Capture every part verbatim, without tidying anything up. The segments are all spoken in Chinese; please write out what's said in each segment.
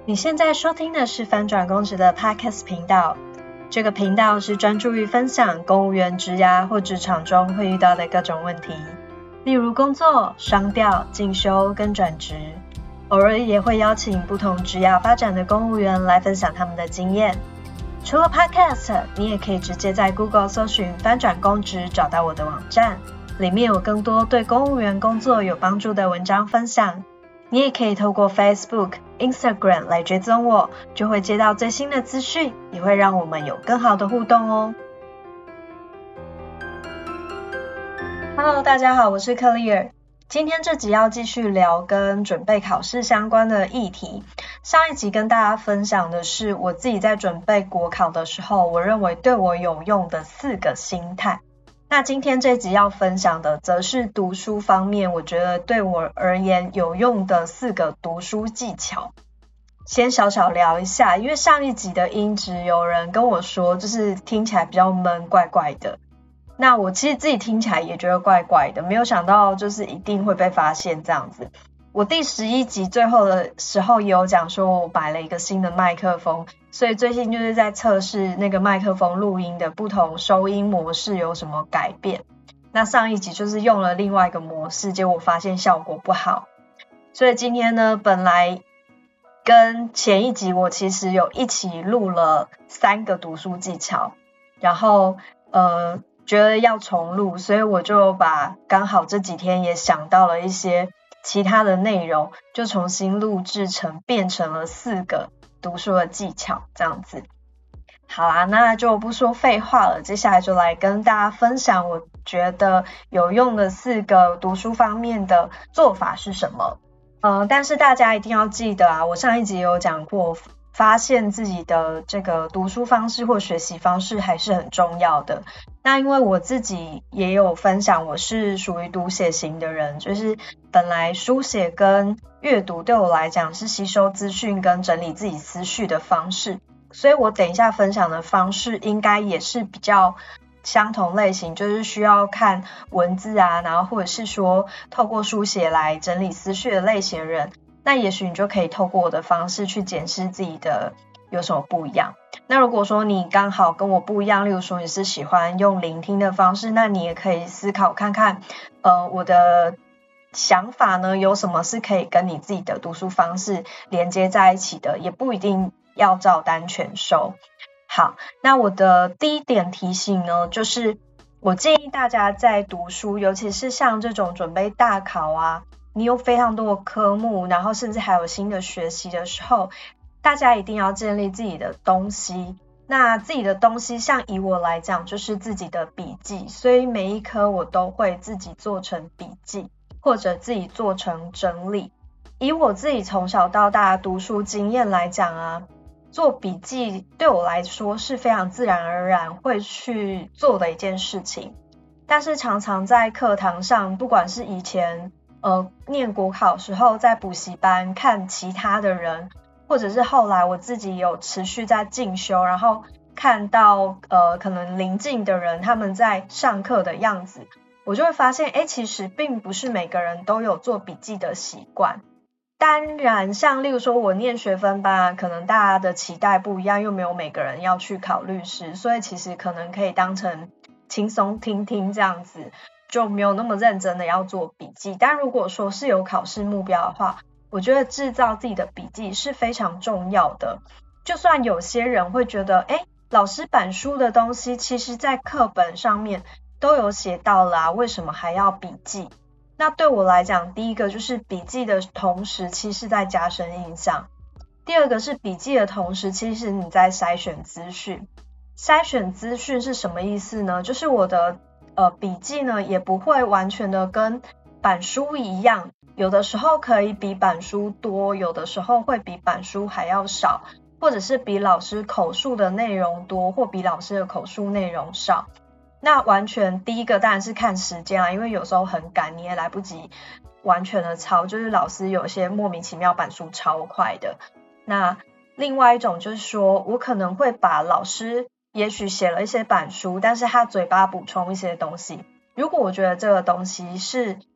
你现在收听的是翻转公职的 Podcast 频道，这个频道是专注于分享公务员职涯或职场中会遇到的各种问题，例如工作、商调、进修跟转职，偶尔也会邀请不同职涯发展的公务员来分享他们的经验。除了 Podcast， 你也可以直接在 Google 搜寻翻转公职找到我的网站，里面有更多对公务员工作有帮助的文章分享。你也可以透过 Facebook、Instagram 来追踪我，就会接到最新的资讯，也会让我们有更好的互动哦。Hello， 大家好，我是克丽尔。今天这集要继续聊跟准备考试相关的议题。上一集跟大家分享的是我自己在准备国考的时候，我认为对我有用的四个心态。那今天这集要分享的则是读书方面，我觉得对我而言有用的四个读书技巧。先小小聊一下，因为上一集的音质有人跟我说就是听起来比较闷怪怪的，那我其实自己听起来也觉得怪怪的，没有想到就是一定会被发现这样子。我第十一集最后的时候也有讲说我买了一个新的麦克风，所以最近就是在测试那个麦克风录音的不同收音模式有什么改变。那上一集就是用了另外一个模式，结果发现效果不好。所以今天呢，本来跟前一集我其实有一起录了三个读书技巧，然后呃觉得要重录，所以我就把刚好这几天也想到了一些其他的内容，就重新录制成变成了四个读书的技巧这样子。好啦，那就不说废话了，接下来就来跟大家分享我觉得有用的四个读书方面的做法是什么。呃，但是大家一定要记得啊，我上一集有讲过，发现自己的这个读书方式或学习方式还是很重要的。那因为我自己也有分享，我是属于读写型的人，就是本来书写跟阅读对我来讲是吸收资讯跟整理自己思绪的方式，所以我等一下分享的方式应该也是比较相同类型，就是需要看文字啊，然后或者是说透过书写来整理思绪的类型人，那也许你就可以透过我的方式去检视自己的有什么不一样。那如果说你刚好跟我不一样，例如说你是喜欢用聆听的方式，那你也可以思考看看呃，我的想法呢有什么是可以跟你自己的读书方式连接在一起的，也不一定要照单全收。好，那我的第一点提醒呢，就是我建议大家在读书，尤其是像这种准备大考啊，你有非常多的科目，然后甚至还有新的学习的时候，大家一定要建立自己的东西。那自己的东西，像以我来讲就是自己的笔记，所以每一科我都会自己做成笔记，或者自己做成整理。以我自己从小到大读书经验来讲啊，做笔记对我来说是非常自然而然会去做的一件事情。但是常常在课堂上，不管是以前呃念国考时候在补习班看其他的人，或者是后来我自己有持续在进修，然后看到呃可能邻近的人他们在上课的样子，我就会发现诶其实并不是每个人都有做笔记的习惯。当然像例如说我念学分班，可能大家的期待不一样，又没有每个人要去考律师，所以其实可能可以当成轻松听听这样子，就没有那么认真的要做笔记。但如果说是有考试目标的话，我觉得制造自己的笔记是非常重要的。就算有些人会觉得诶老师板书的东西其实在课本上面都有写到啦、啊，为什么还要笔记？那对我来讲，第一个就是笔记的同时其实在加深印象，第二个是笔记的同时其实你在筛选资讯。筛选资讯是什么意思呢？就是我的呃笔记呢也不会完全的跟板书一样，有的时候可以比板书多，有的时候会比板书还要少，或者是比老师口述的内容多，或比老师的口述内容少。那完全第一个当然是看时间啊，因为有时候很赶，你也来不及完全的抄，就是老师有些莫名其妙板书超快的。那另外一种就是说我可能会把老师也许写了一些板书，但是他嘴巴补充一些东西，如果我觉得这个东西是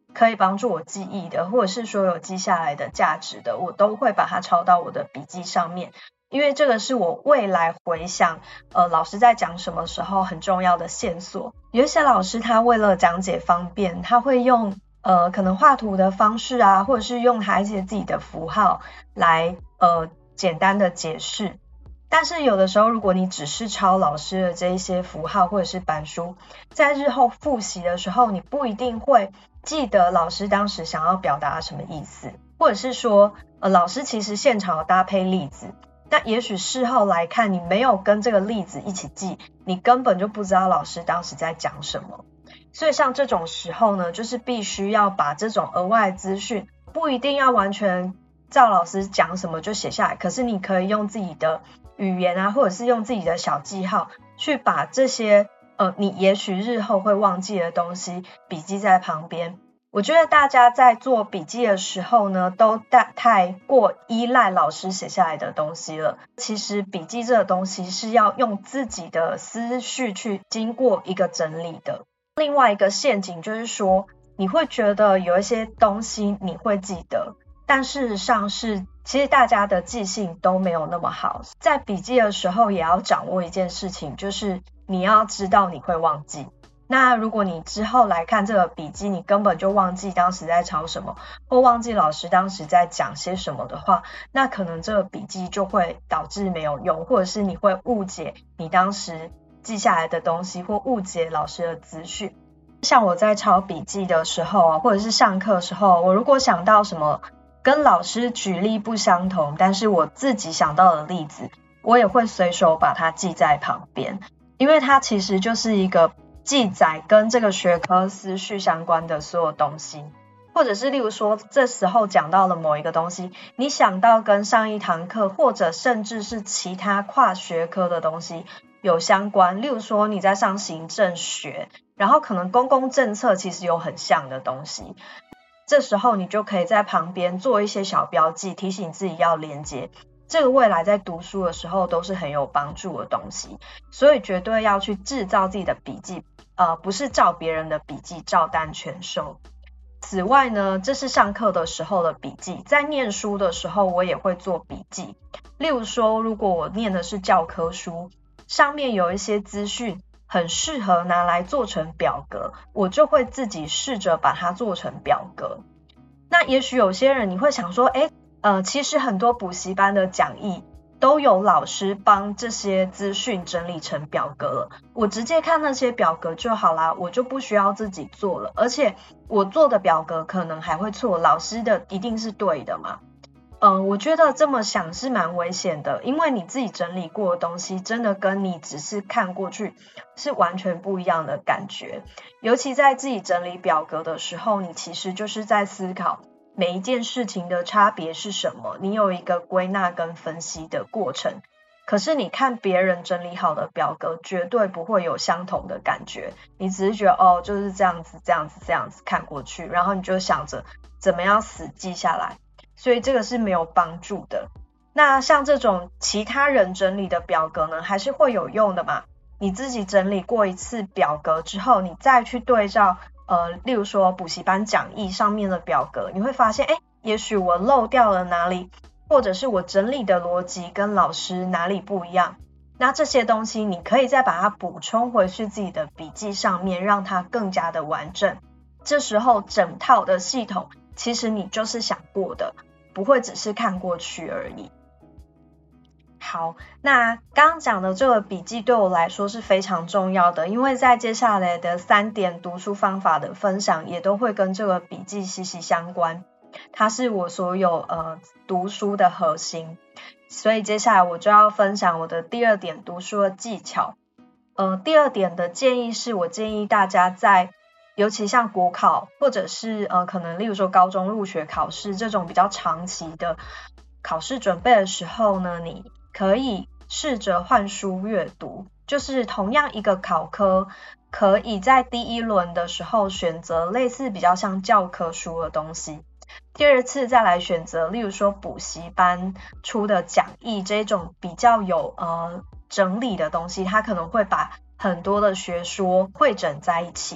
可以帮助我记忆的，或者是说有记下来的价值的，我都会把它抄到我的笔记上面，因为这个是我未来回想呃老师在讲什么时候很重要的线索。有一些老师他为了讲解方便，他会用呃可能画图的方式啊，或者是用他一些自己的符号来呃简单的解释。但是有的时候如果你只是抄老师的这一些符号或者是板书，在日后复习的时候，你不一定会记得老师当时想要表达什么意思，或者是说呃老师其实现场有搭配例子，那也许事后来看你没有跟这个例子一起记，你根本就不知道老师当时在讲什么。所以像这种时候呢，就是必须要把这种额外资讯，不一定要完全照老师讲什么就写下来，可是你可以用自己的语言啊，或者是用自己的小记号去把这些呃你也许日后会忘记的东西笔记在旁边。我觉得大家在做笔记的时候呢，都太过依赖老师写下来的东西了。其实笔记这个东西是要用自己的思绪去经过一个整理的。另外一个陷阱就是说，你会觉得有一些东西你会记得，但事实上是其实大家的记性都没有那么好。在笔记的时候也要掌握一件事情，就是你要知道你会忘记。那如果你之后来看这个笔记，你根本就忘记当时在抄什么，或忘记老师当时在讲些什么的话，那可能这个笔记就会导致没有用，或者是你会误解你当时记下来的东西，或误解老师的资讯。像我在抄笔记的时候啊，或者是上课的时候，我如果想到什么跟老师举例不相同，但是我自己想到的例子，我也会随手把它记在旁边，因为它其实就是一个记载跟这个学科思绪相关的所有东西。或者是例如说这时候讲到了某一个东西，你想到跟上一堂课或者甚至是其他跨学科的东西有相关，例如说你在上行政学，然后可能公共政策其实有很像的东西，这时候你就可以在旁边做一些小标记，提醒自己要连接，这个未来在读书的时候都是很有帮助的东西。所以绝对要去制造自己的笔记，呃，不是照别人的笔记照单全收。此外呢，这是上课的时候的笔记，在念书的时候我也会做笔记。例如说，如果我念的是教科书，上面有一些资讯很适合拿来做成表格，我就会自己试着把它做成表格。那也许有些人你会想说，诶呃，其实很多补习班的讲义都有老师帮这些资讯整理成表格了，我直接看那些表格就好啦，我就不需要自己做了。而且我做的表格可能还会错，老师的一定是对的嘛。嗯，我觉得这么想是蛮危险的，因为你自己整理过的东西真的跟你只是看过去是完全不一样的感觉。尤其在自己整理表格的时候，你其实就是在思考每一件事情的差别是什么，你有一个归纳跟分析的过程。可是你看别人整理好的表格，绝对不会有相同的感觉，你只是觉得哦就是这样子这样子这样子看过去，然后你就想着怎么样死记下来，所以这个是没有帮助的。那像这种其他人整理的表格呢，还是会有用的嘛。你自己整理过一次表格之后，你再去对照呃，例如说补习班讲义上面的表格，你会发现诶也许我漏掉了哪里，或者是我整理的逻辑跟老师哪里不一样，那这些东西你可以再把它补充回去自己的笔记上面，让它更加的完整。这时候整套的系统其实你就是想过的，不会只是看过去而已。好，那刚刚讲的这个笔记对我来说是非常重要的，因为在接下来的三点读书方法的分享也都会跟这个笔记息息相关，它是我所有呃读书的核心。所以接下来我就要分享我的第二点读书的技巧。呃，第二点的建议是我建议大家在尤其像国考或者是呃可能例如说高中入学考试这种比较长期的考试准备的时候呢，你可以试着换书阅读，就是同样一个考科，可以在第一轮的时候选择类似比较像教科书的东西，第二次再来选择例如说补习班出的讲义这种比较有呃整理的东西，它可能会把很多的学说汇整在一起。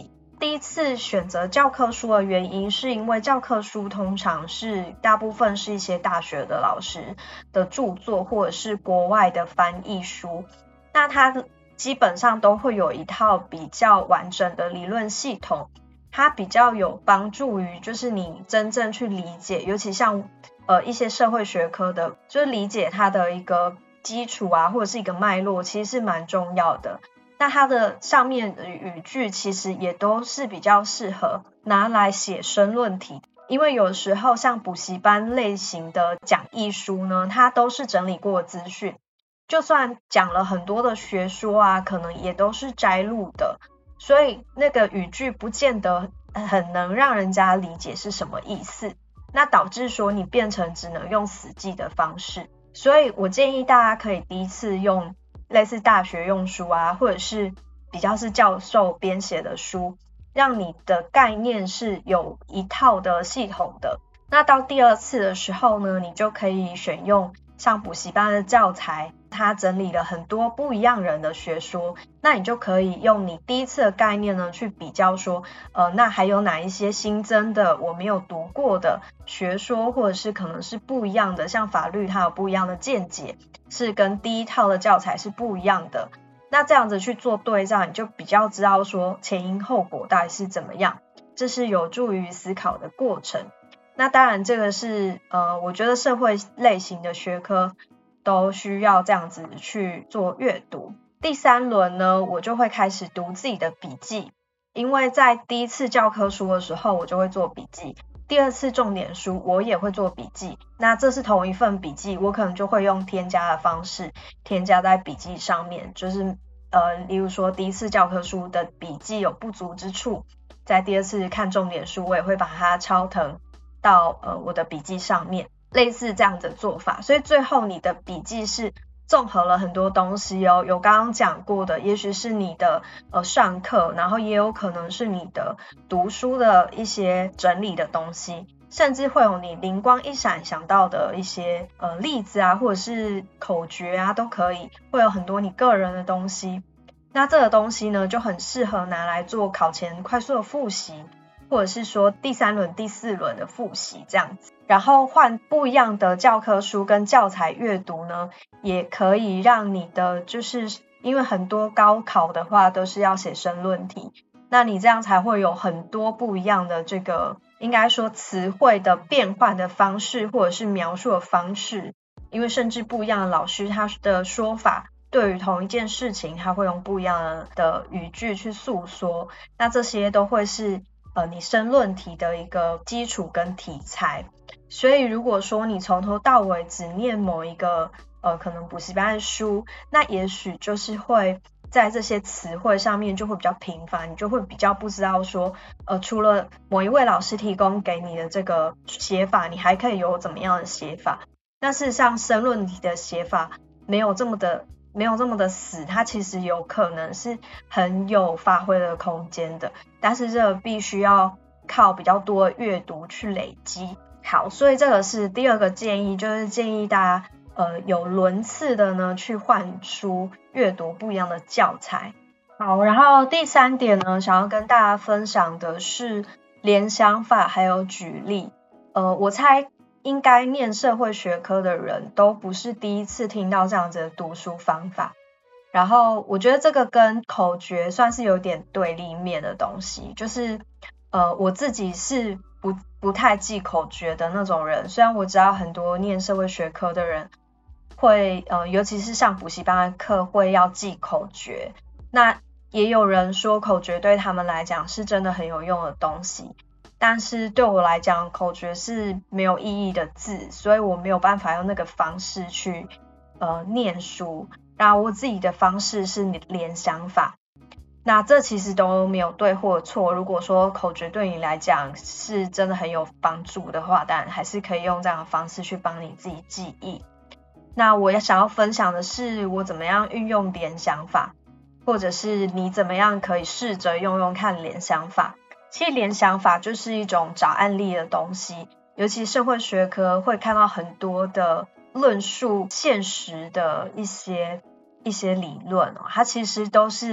第一次选择教科书的原因是因为教科书通常是大部分是一些大学的老师的著作或者是国外的翻译书，那它基本上都会有一套比较完整的理论系统，它比较有帮助于就是你真正去理解，尤其像呃一些社会学科的，就是理解它的一个基础啊或者是一个脉络，其实是蛮重要的。那它的上面的语句其实也都是比较适合拿来写申论题，因为有时候像补习班类型的讲义书呢，它都是整理过资讯，就算讲了很多的学说啊，可能也都是摘录的，所以那个语句不见得很能让人家理解是什么意思，那导致说你变成只能用死记的方式。所以我建议大家可以第一次用类似大学用书啊，或者是比较是教授编写的书，让你的概念是有一套的系统的。那到第二次的时候呢，你就可以选用像补习班的教材，它整理了很多不一样人的学说，那你就可以用你第一次的概念呢去比较说，呃，那还有哪一些新增的我没有读过的学说，或者是可能是不一样的，像法律它有不一样的见解，是跟第一套的教材是不一样的。那这样子去做对照，你就比较知道说前因后果到底是怎么样，这是有助于思考的过程。那当然这个是呃，我觉得社会类型的学科都需要这样子去做阅读。第三轮呢，我就会开始读自己的笔记，因为在第一次教科书的时候我就会做笔记，第二次重点书我也会做笔记，那这是同一份笔记，我可能就会用添加的方式添加在笔记上面，就是呃，例如说第一次教科书的笔记有不足之处，在第二次看重点书我也会把它抄腾到呃我的笔记上面，类似这样的做法。所以最后你的笔记是综合了很多东西哦，有刚刚讲过的，也许是你的呃上课，然后也有可能是你的读书的一些整理的东西，甚至会有你灵光一闪想到的一些呃例子啊，或者是口诀啊，都可以，会有很多你个人的东西。那这个东西呢，就很适合拿来做考前快速的复习，或者是说第三轮、第四轮的复习这样子。然后换不一样的教科书跟教材阅读呢，也可以让你的，就是因为很多高考的话都是要写申论题，那你这样才会有很多不一样的这个应该说词汇的变换的方式，或者是描述的方式，因为甚至不一样的老师他的说法对于同一件事情他会用不一样的语句去诉说，那这些都会是呃你申论题的一个基础跟题材。所以如果说你从头到尾只念某一个呃可能补习班的书，那也许就是会在这些词汇上面就会比较频繁，你就会比较不知道说呃除了某一位老师提供给你的这个写法，你还可以有怎么样的写法。那事实上申论题的写法没有这么的没有这么的死，它其实有可能是很有发挥的空间的，但是这个必须要靠比较多的阅读去累积。好，所以这个是第二个建议，就是建议大家呃有轮次的呢去换书，阅读不一样的教材。好，然后第三点呢，想要跟大家分享的是联想法还有举例。呃，我猜应该念社会学科的人都不是第一次听到这样子的读书方法，然后我觉得这个跟口诀算是有点对立面的东西，就是呃我自己是不不太记口诀的那种人，虽然我知道很多念社会学科的人会呃尤其是上补习班的课会要记口诀，那也有人说口诀对他们来讲是真的很有用的东西，但是对我来讲口诀是没有意义的字，所以我没有办法用那个方式去呃念书，然后我自己的方式是联想法。那这其实都没有对或错，如果说口诀对你来讲是真的很有帮助的话，当然还是可以用这样的方式去帮你自己记忆。那我也想要分享的是我怎么样运用联想法，或者是你怎么样可以试着用用看联想法。其实联想法就是一种找案例的东西，尤其社会学科会看到很多的论述现实的一些一些理论哦，它其实都是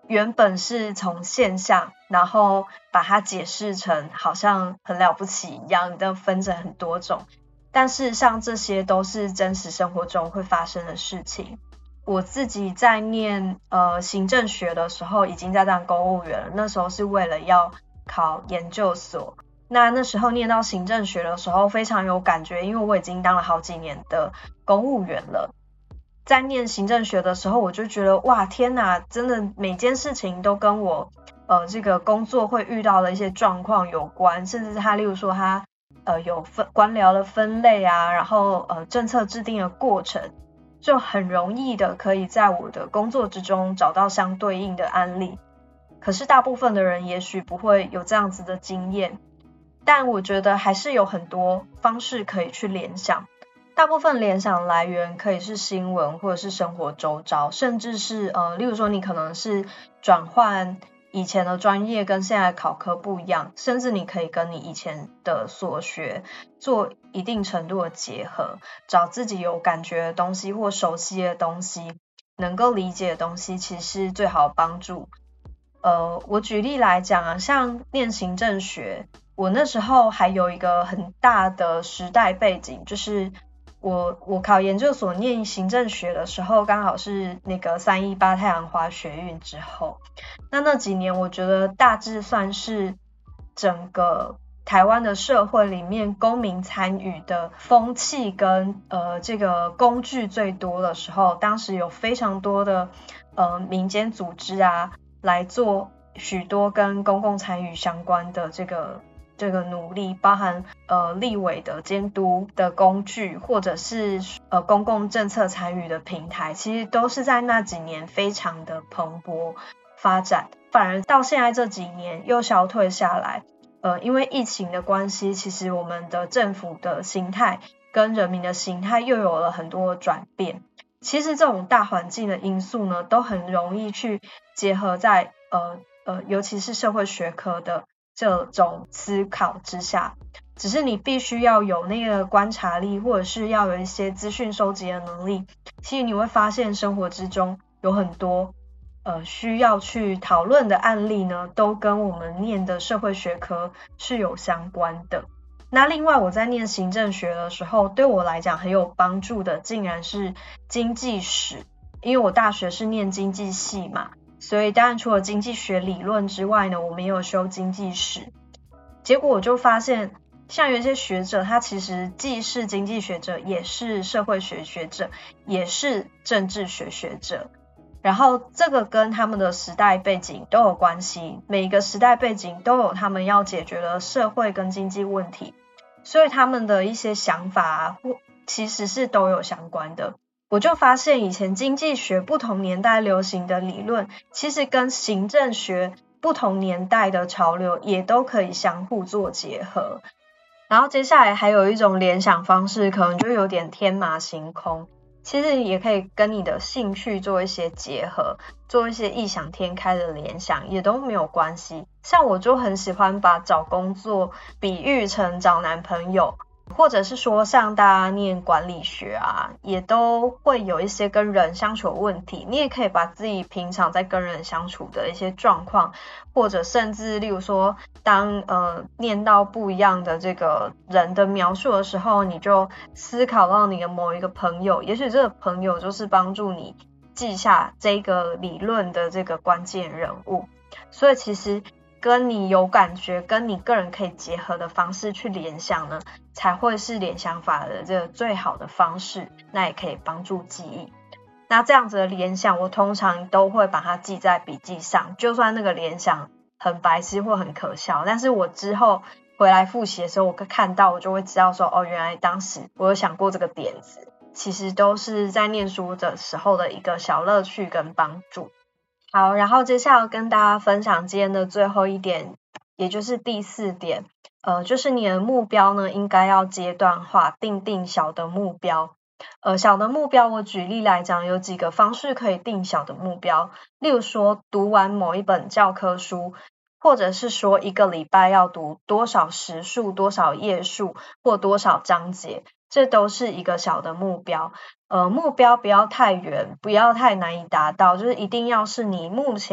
原本是从现象，然后把它解释成好像很了不起一样的分成很多种，但事实上这些都是真实生活中会发生的事情。我自己在念呃行政学的时候已经在当公务员了，那时候是为了要考研究所。那那时候念到行政学的时候非常有感觉，因为我已经当了好几年的公务员了。在念行政学的时候，我就觉得哇天哪，真的每件事情都跟我呃这个工作会遇到的一些状况有关，甚至他例如说他呃有分官僚的分类啊，然后呃政策制定的过程，就很容易的可以在我的工作之中找到相对应的案例。可是大部分的人也许不会有这样子的经验，但我觉得还是有很多方式可以去联想。大部分联想来源可以是新闻或者是生活周遭，甚至是呃，例如说你可能是转换以前的专业跟现在的考科不一样，甚至你可以跟你以前的所学做一定程度的结合，找自己有感觉的东西或熟悉的东西，能够理解的东西，其实是最好的帮助。呃，我举例来讲啊，像念行政学，我那时候还有一个很大的时代背景，就是我我考研究所念行政学的时候，刚好是那个三一八太阳花学运之后。那那几年我觉得大致算是整个台湾的社会里面公民参与的风气跟呃这个工具最多的时候，当时有非常多的呃民间组织啊来做许多跟公共参与相关的这个这个努力，包含呃立委的监督的工具，或者是呃公共政策参与的平台，其实都是在那几年非常的蓬勃发展。反而到现在这几年又消退下来，呃因为疫情的关系，其实我们的政府的形态跟人民的形态又有了很多转变。其实这种大环境的因素呢，都很容易去结合在呃呃尤其是社会学科的这种思考之下，只是你必须要有那个观察力，或者是要有一些资讯收集的能力。其实你会发现生活之中有很多呃需要去讨论的案例呢，都跟我们念的社会学科是有相关的。那另外我在念行政学的时候，对我来讲很有帮助的竟然是经济史，因为我大学是念经济系嘛，所以当然除了经济学理论之外呢，我们也有修经济史。结果我就发现，像有一些学者，他其实既是经济学者，也是社会学学者，也是政治学学者。然后这个跟他们的时代背景都有关系，每一个时代背景都有他们要解决的社会跟经济问题，所以他们的一些想法啊，其实是都有相关的。我就发现以前经济学不同年代流行的理论，其实跟行政学不同年代的潮流也都可以相互做结合。然后接下来还有一种联想方式，可能就有点天马行空，其实也可以跟你的兴趣做一些结合，做一些异想天开的联想，也都没有关系。像我就很喜欢把找工作比喻成找男朋友，或者是说像大家念管理学啊，也都会有一些跟人相处的问题，你也可以把自己平常在跟人相处的一些状况，或者甚至例如说当呃念到不一样的这个人的描述的时候，你就思考到你的某一个朋友，也许这个朋友就是帮助你记下这个理论的这个关键人物。所以其实跟你有感觉，跟你个人可以结合的方式去联想呢，才会是联想法的这个最好的方式，那也可以帮助记忆。那这样子的联想，我通常都会把它记在笔记上，就算那个联想很白痴或很可笑，但是我之后回来复习的时候，我看到我就会知道说，哦，原来当时我有想过这个点子，其实都是在念书的时候的一个小乐趣跟帮助。好，然后接下来跟大家分享今天的最后一点，也就是第四点，呃，就是你的目标呢，应该要阶段化，定定小的目标。呃，小的目标，我举例来讲，有几个方式可以定小的目标，例如说读完某一本教科书，或者是说一个礼拜要读多少时数、多少页数或多少章节，这都是一个小的目标。呃，目标不要太远，不要太难以达到，就是一定要是你目前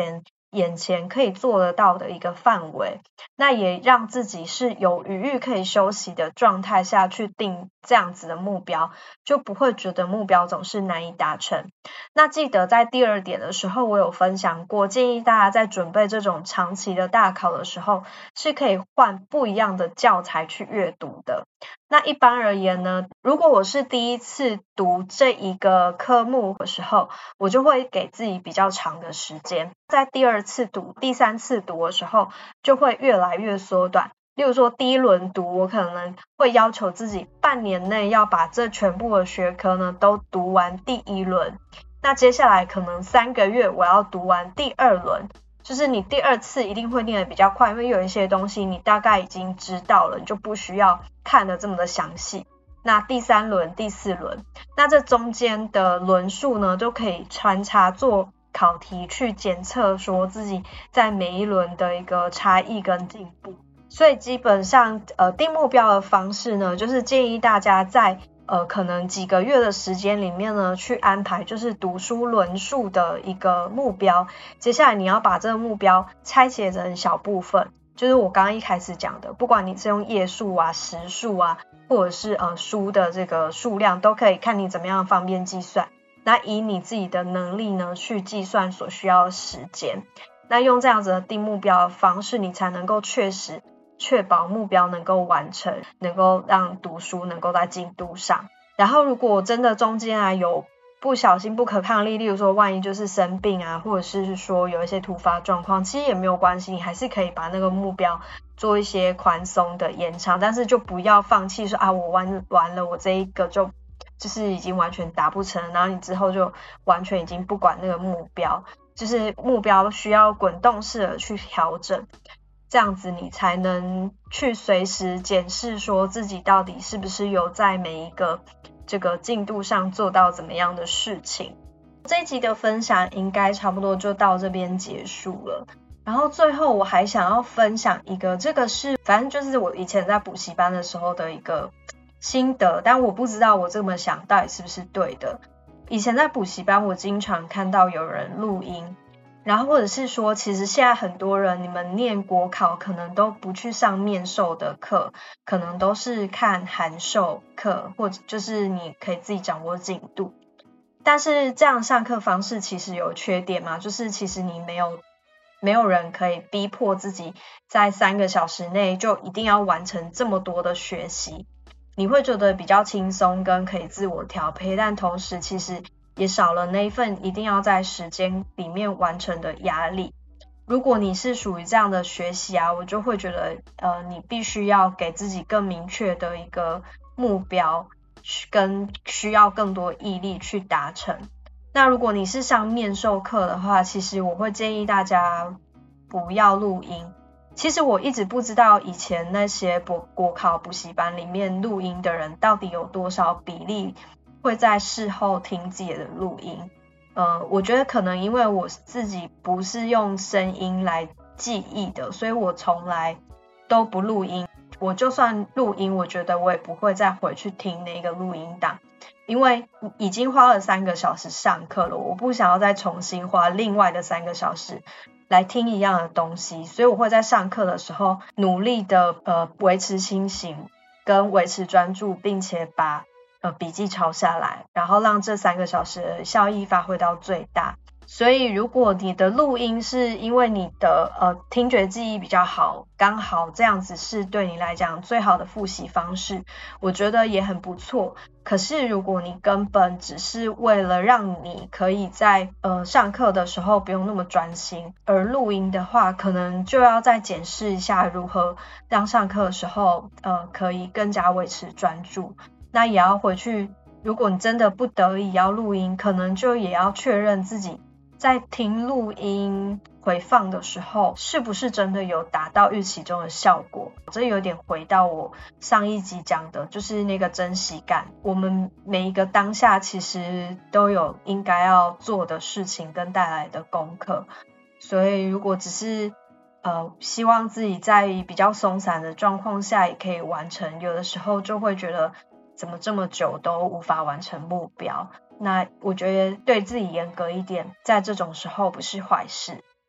眼前可以做得到的一个范围，那也让自己是有余裕可以休息的状态下去定这样子的目标，就不会觉得目标总是难以达成。那记得在第二点的时候我有分享过，建议大家在准备这种长期的大考的时候是可以换不一样的教材去阅读的。那一般而言呢，如果我是第一次读这一个科目的时候，我就会给自己比较长的时间，在第二次读、第三次读的时候就会越来越缩短。例如说第一轮读，我可能会要求自己半年内要把这全部的学科呢都读完第一轮，那接下来可能三个月我要读完第二轮，就是你第二次一定会念得比较快，因为有一些东西你大概已经知道了，你就不需要看得这么的详细。那第三轮、第四轮，那这中间的轮数呢，都可以穿插做考题去检测说自己在每一轮的一个差异跟进步。所以基本上呃定目标的方式呢，就是建议大家在呃可能几个月的时间里面呢，去安排就是读书轮数的一个目标。接下来你要把这个目标拆解成小部分，就是我刚刚一开始讲的，不管你是用页数啊、时数啊，或者是呃书的这个数量，都可以看你怎么样方便计算。那以你自己的能力呢去计算所需要的时间。那用这样子的定目标的方式，你才能够确实确保目标能够完成，能够让读书能够在进度上。然后如果真的中间啊有不小心不可抗力，例如说万一就是生病啊，或者是说有一些突发状况，其实也没有关系，你还是可以把那个目标做一些宽松的延长，但是就不要放弃说啊我完完了我这一个就就是已经完全达不成，然后你之后就完全已经不管那个目标，就是目标需要滚动式的去调整，这样子你才能去随时检视说自己到底是不是有在每一个这个进度上做到怎么样的事情。这一集的分享应该差不多就到这边结束了。然后最后我还想要分享一个，这个是反正就是我以前在补习班的时候的一个心得，但我不知道我这么想到底是不是对的。以前在补习班我经常看到有人录音，然后或者是说其实现在很多人你们念国考可能都不去上面授的课，可能都是看函授课，或者就是你可以自己掌握进度。但是这样上课方式其实有缺点嘛，就是其实你没有没有人可以逼迫自己在三个小时内就一定要完成这么多的学习，你会觉得比较轻松跟可以自我调配，但同时其实也少了那一份一定要在时间里面完成的压力。如果你是属于这样的学习啊，我就会觉得呃，你必须要给自己更明确的一个目标，跟需要更多毅力去达成。那如果你是上面授课的话，其实我会建议大家不要录音。其实我一直不知道以前那些国国考补习班里面录音的人到底有多少比例会在事后听自己的录音。呃，我觉得可能因为我自己不是用声音来记忆的，所以我从来都不录音。我就算录音，我觉得我也不会再回去听那个录音档，因为已经花了三个小时上课了，我不想要再重新花另外的三个小时来听一样的东西，所以我会在上课的时候努力的呃维持清醒跟维持专注，并且把呃笔记抄下来，然后让这三个小时的效益发挥到最大。所以如果你的录音是因为你的呃听觉记忆比较好，刚好这样子是对你来讲最好的复习方式，我觉得也很不错。可是如果你根本只是为了让你可以在呃上课的时候不用那么专心而录音的话，可能就要再检视一下如何让上课的时候呃可以更加维持专注。那也要回去，如果你真的不得已要录音，可能就也要确认自己在听录音回放的时候是不是真的有达到预期中的效果。这有点回到我上一集讲的，就是那个珍惜感。我们每一个当下其实都有应该要做的事情跟带来的功课，所以如果只是呃希望自己在比较松散的状况下也可以完成，有的时候就会觉得怎么这么久都无法完成目标。那我觉得对自己严格一点，在这种时候不是坏事。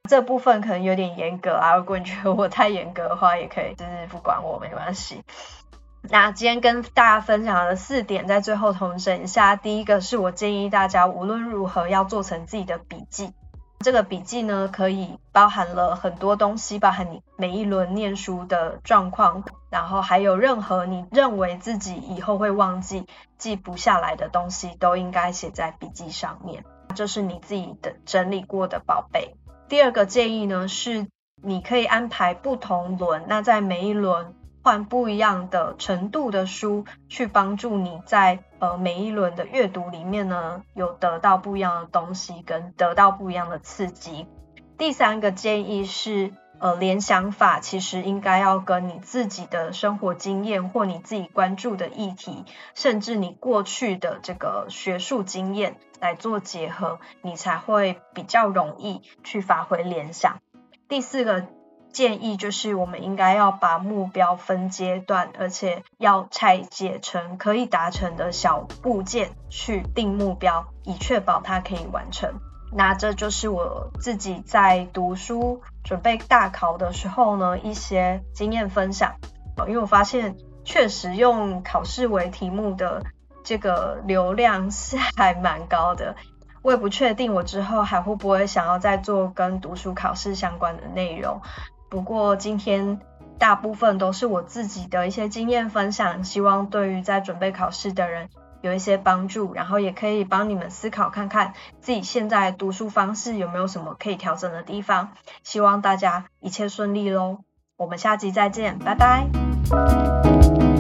这部分可能有点严格啊，如果你觉得我太严格的话，也可以就是不管我没关系。那今天跟大家分享的四点，在最后统整一下。第一个是我建议大家无论如何要做成自己的笔记，这个笔记呢可以包含了很多东西，包含你每一轮念书的状况，然后还有任何你认为自己以后会忘记记不下来的东西，都应该写在笔记上面，这是你自己的整理过的宝贝。第二个建议呢是你可以安排不同轮，那在每一轮换不一样的程度的书，去帮助你在呃每一轮的阅读里面呢，有得到不一样的东西，跟得到不一样的刺激。第三个建议是，呃，联想法其实应该要跟你自己的生活经验，或你自己关注的议题，甚至你过去的这个学术经验来做结合，你才会比较容易去发挥联想。第四个建议就是我们应该要把目标分阶段，而且要拆解成可以达成的小部件去定目标，以确保它可以完成。那这就是我自己在读书准备大考的时候呢一些经验分享，因为我发现确实用考试为题目的这个流量是还蛮高的，我也不确定我之后还会不会想要再做跟读书考试相关的内容。不过今天大部分都是我自己的一些经验分享，希望对于在准备考试的人有一些帮助，然后也可以帮你们思考看看自己现在读书方式有没有什么可以调整的地方。希望大家一切顺利咯，我们下集再见，拜拜。